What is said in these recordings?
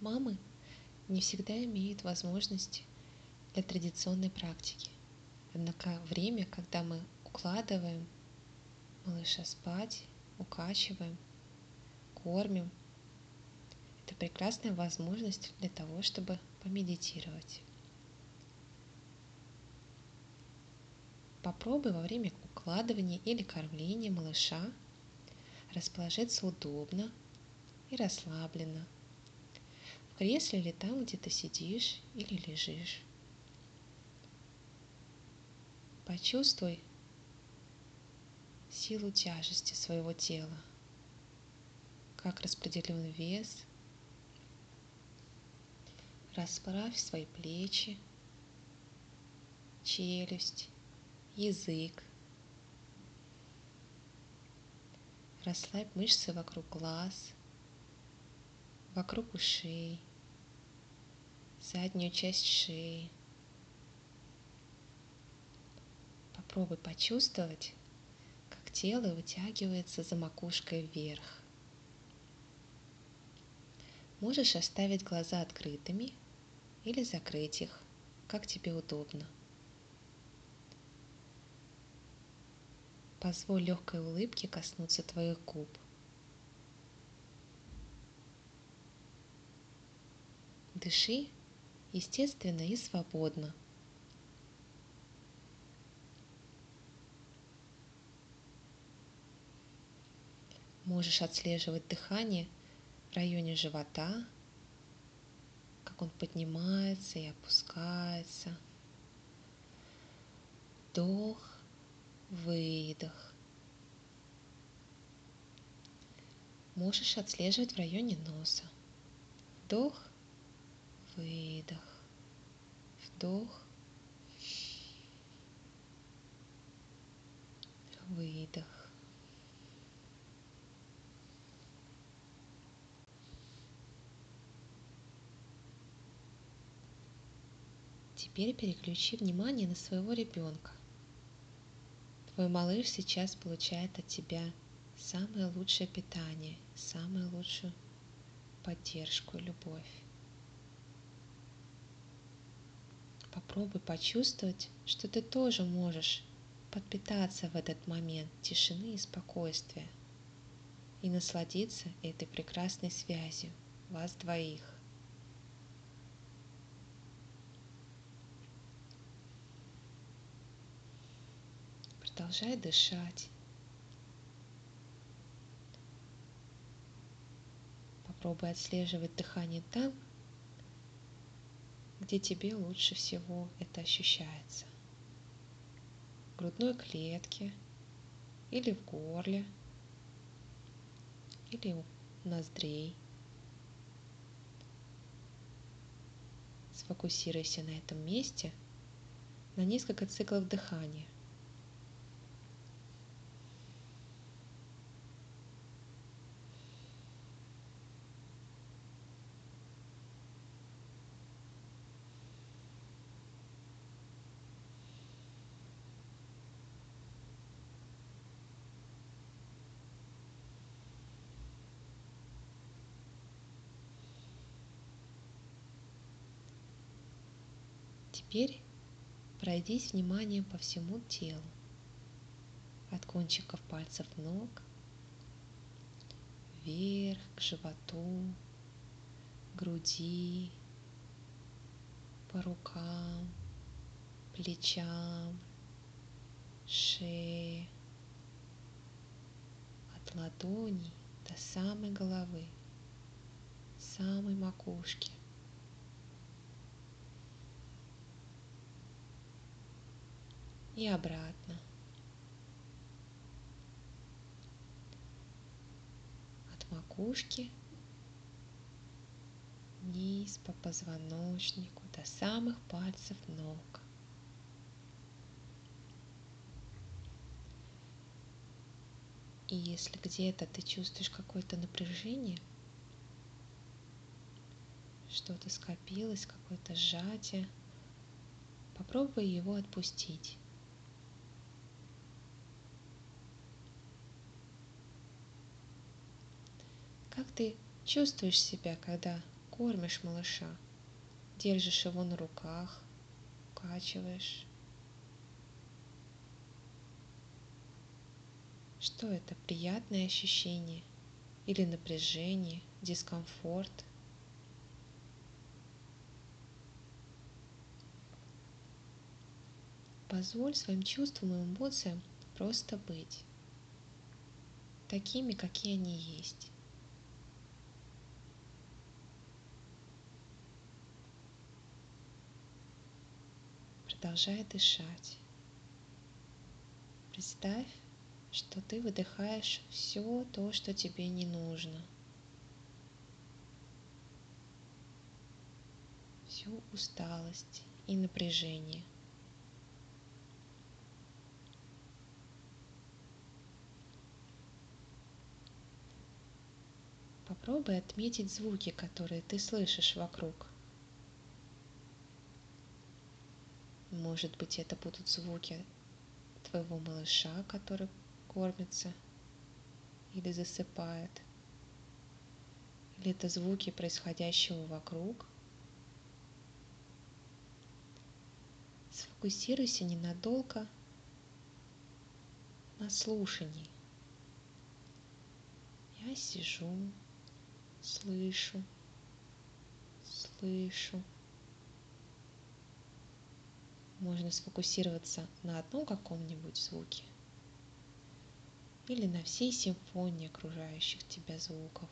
мамы не всегда имеют возможности для традиционной практики. Однако время, когда мы укладываем малыша спать, укачиваем, кормим, это прекрасная возможность для того, чтобы помедитировать. Попробуй во время укладывания или кормления малыша расположиться удобно и расслабленно, в кресле или там, где ты сидишь или лежишь. Почувствуй силу тяжести своего тела, как распределен вес. Расправь свои плечи, челюсть, язык. Расслабь мышцы вокруг глаз, вокруг ушей, заднюю часть шеи. Попробуй почувствовать, как тело вытягивается за макушкой вверх. Можешь оставить глаза открытыми или закрыть их, как тебе удобно. Позволь легкой улыбке коснуться твоих губ. Дыши естественно и свободно. Можешь отслеживать дыхание в районе живота, как он поднимается и опускается. Вдох, выдох. Можешь отслеживать в районе носа. Вдох, выдох. Вдох, выдох. Теперь переключи внимание на своего ребенка. Твой малыш сейчас получает от тебя самое лучшее питание, самую лучшую поддержку и любовь. Попробуй почувствовать, что ты тоже можешь подпитаться в этот момент тишины и спокойствия и насладиться этой прекрасной связью вас двоих. Продолжай дышать. Попробуй отслеживать дыхание там, где тебе лучше всего это ощущается. В грудной клетке, или в горле, или у ноздрей. Сфокусируйся на этом месте на несколько циклов дыхания. Теперь пройдись вниманием по всему телу, от кончиков пальцев ног, вверх к животу, груди, по рукам, плечам, шее, от ладоней до самой головы, самой макушки. И обратно. От макушки вниз по позвоночнику до самых пальцев ног. И если где-то ты чувствуешь какое-то напряжение, что-то скопилось, какое-то сжатие, попробуй его отпустить. Как ты чувствуешь себя, когда кормишь малыша, держишь его на руках, укачиваешь. Что это? Приятное ощущение или напряжение, дискомфорт? Позволь своим чувствам и эмоциям просто быть такими, какие они есть. Продолжай дышать. Представь, что ты выдыхаешь все то, что тебе не нужно. Всю усталость и напряжение. Попробуй отметить звуки, которые ты слышишь вокруг. Может быть, это будут звуки твоего малыша, который кормится или засыпает. Или это звуки происходящего вокруг. Сфокусируйся ненадолго на слушании. Я сижу, слышу. Можно сфокусироваться на одном каком-нибудь звуке или на всей симфонии окружающих тебя звуков.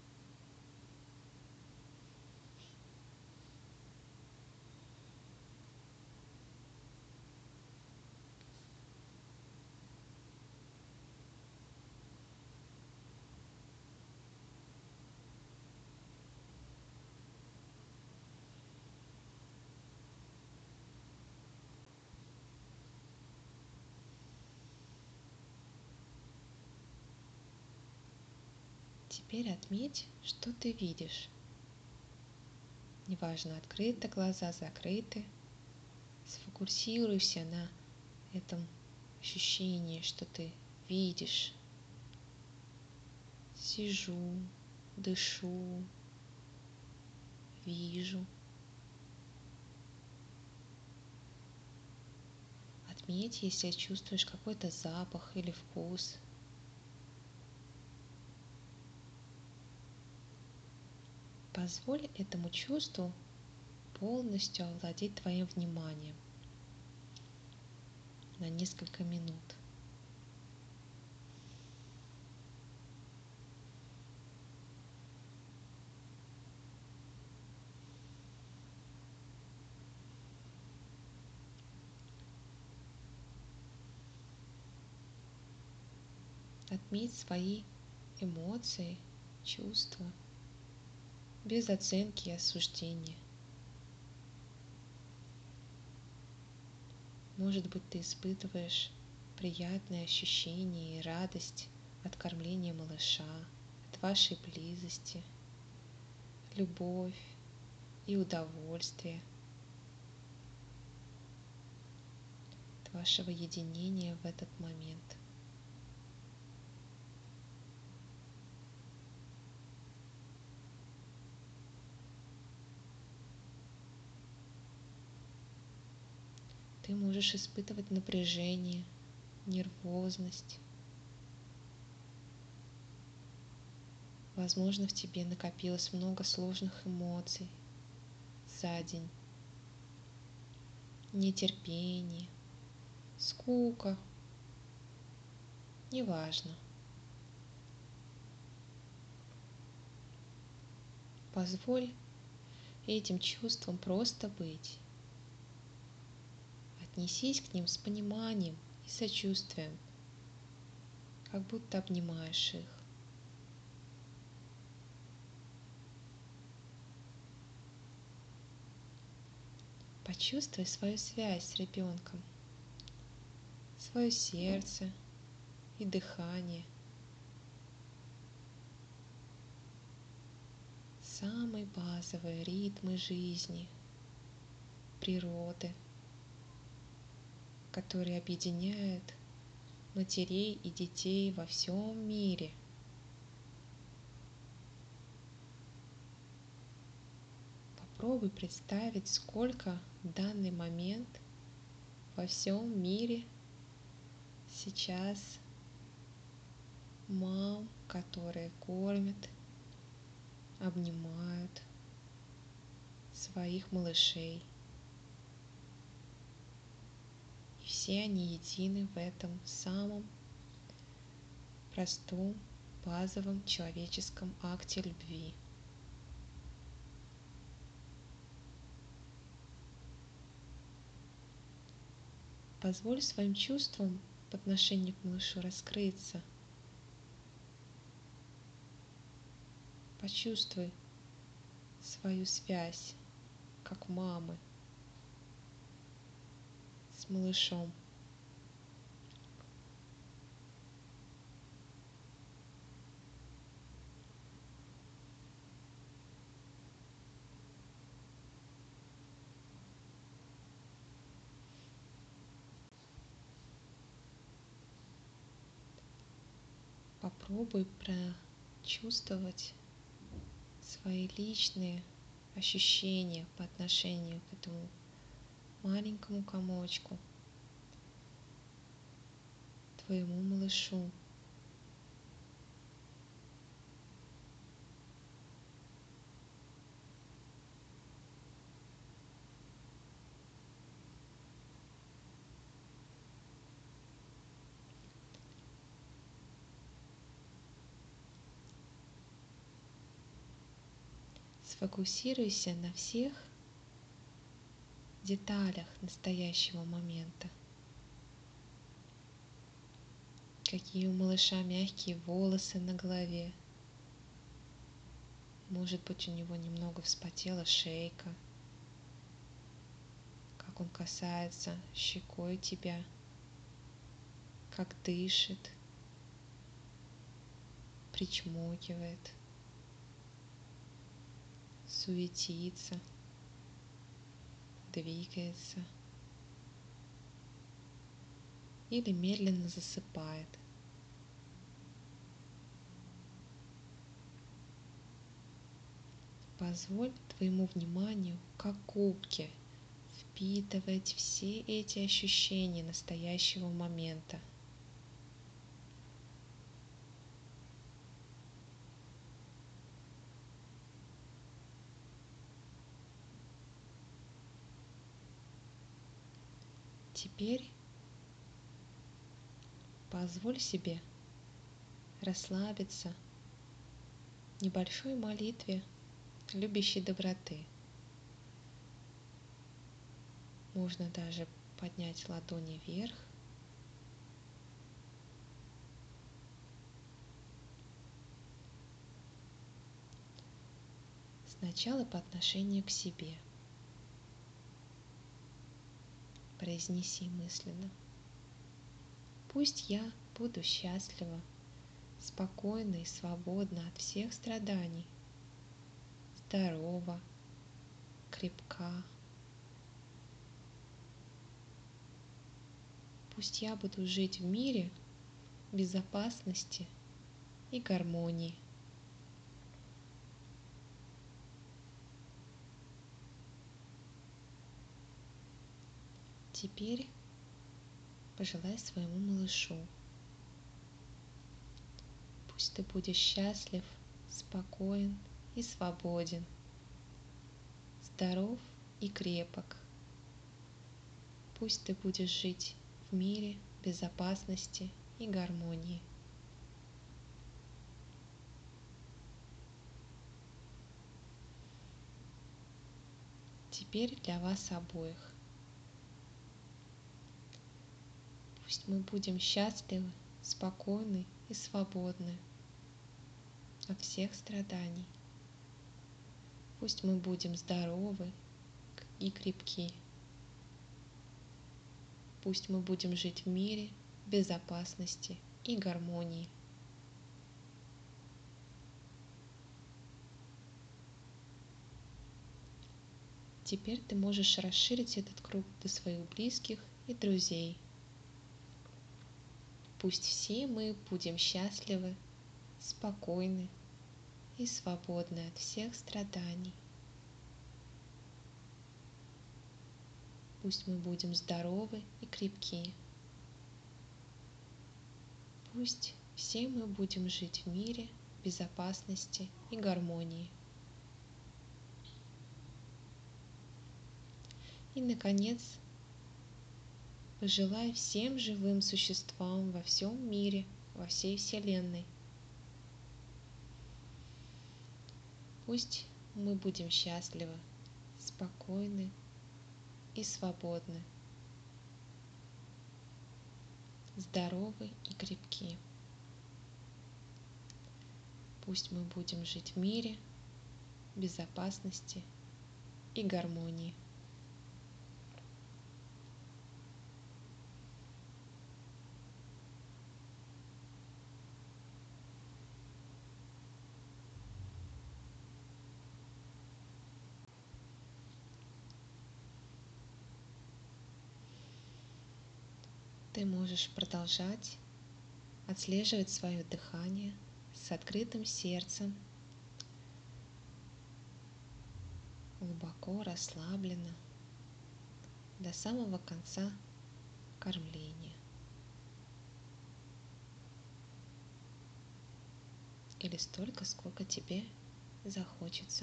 Теперь отметь, что ты видишь. Неважно, открыты глаза, закрыты. Сфокусируйся на этом ощущении, что ты видишь. Сижу, дышу, вижу. Отметь, если чувствуешь какой-то запах или вкус. Позволь этому чувству полностью овладеть твоим вниманием на несколько минут. Отметь свои эмоции, чувства, без оценки и осуждения. Может быть, ты испытываешь приятные ощущения и радость от кормления малыша, от вашей близости, любовь и удовольствие, от вашего единения в этот момент. Ты можешь испытывать напряжение, нервозность. Возможно, в тебе накопилось много сложных эмоций за день. Нетерпение, скука. Неважно. Позволь этим чувствам просто быть. Отнесись к ним с пониманием и сочувствием, как будто обнимаешь их. Почувствуй свою связь с ребенком, свое сердце и дыхание. Самые базовые ритмы жизни, природы, которые объединяют матерей и детей во всем мире. попробуй представить, сколько в данный момент во всем мире сейчас мам, которые кормят, обнимают своих малышей. И все они едины в этом самом простом, базовом человеческом акте любви. Позволь своим чувствам по отношению к малышу раскрыться. Почувствуй свою связь, как мамы, с малышом. Попробуй прочувствовать свои личные ощущения по отношению к этому маленькому комочку, твоему малышу. Сфокусируйся на всех деталях настоящего момента. Какие у малыша мягкие волосы на голове. Может быть, у него немного вспотела шейка. Как он касается щекой тебя. Как дышит. Причмокивает. Суетится. Двигается. Или медленно засыпает. Позволь твоему вниманию, как губке, впитывать все эти ощущения настоящего момента. Теперь позволь себе расслабиться в небольшой молитве любящей доброты. Можно даже поднять ладони вверх. Сначала по отношению к себе. Произнеси мысленно: пусть я буду счастлива, спокойна и свободна от всех страданий, здорова, крепка. Пусть я буду жить в мире безопасности и гармонии. Теперь пожелай своему малышу: пусть ты будешь счастлив, спокоен и свободен, здоров и крепок. Пусть ты будешь жить в мире безопасности и гармонии. Теперь для вас обоих. Пусть мы будем счастливы, спокойны и свободны от всех страданий. Пусть мы будем здоровы и крепки. Пусть мы будем жить в мире, безопасности и гармонии. Теперь ты можешь расширить этот круг до своих близких и друзей. Пусть все мы будем счастливы, спокойны и свободны от всех страданий. Пусть мы будем здоровы и крепки. Пусть все мы будем жить в мире, безопасности и гармонии. И, наконец, пожелай всем живым существам во всем мире, во всей Вселенной. Пусть мы будем счастливы, спокойны и свободны, здоровы и крепки. Пусть мы будем жить в мире, безопасности и гармонии. Ты можешь продолжать отслеживать свое дыхание с открытым сердцем, глубоко расслабленно до самого конца кормления. Или столько, сколько тебе захочется.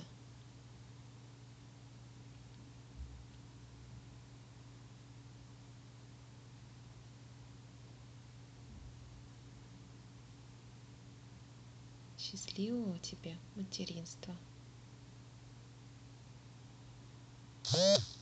Счастливого тебе материнства!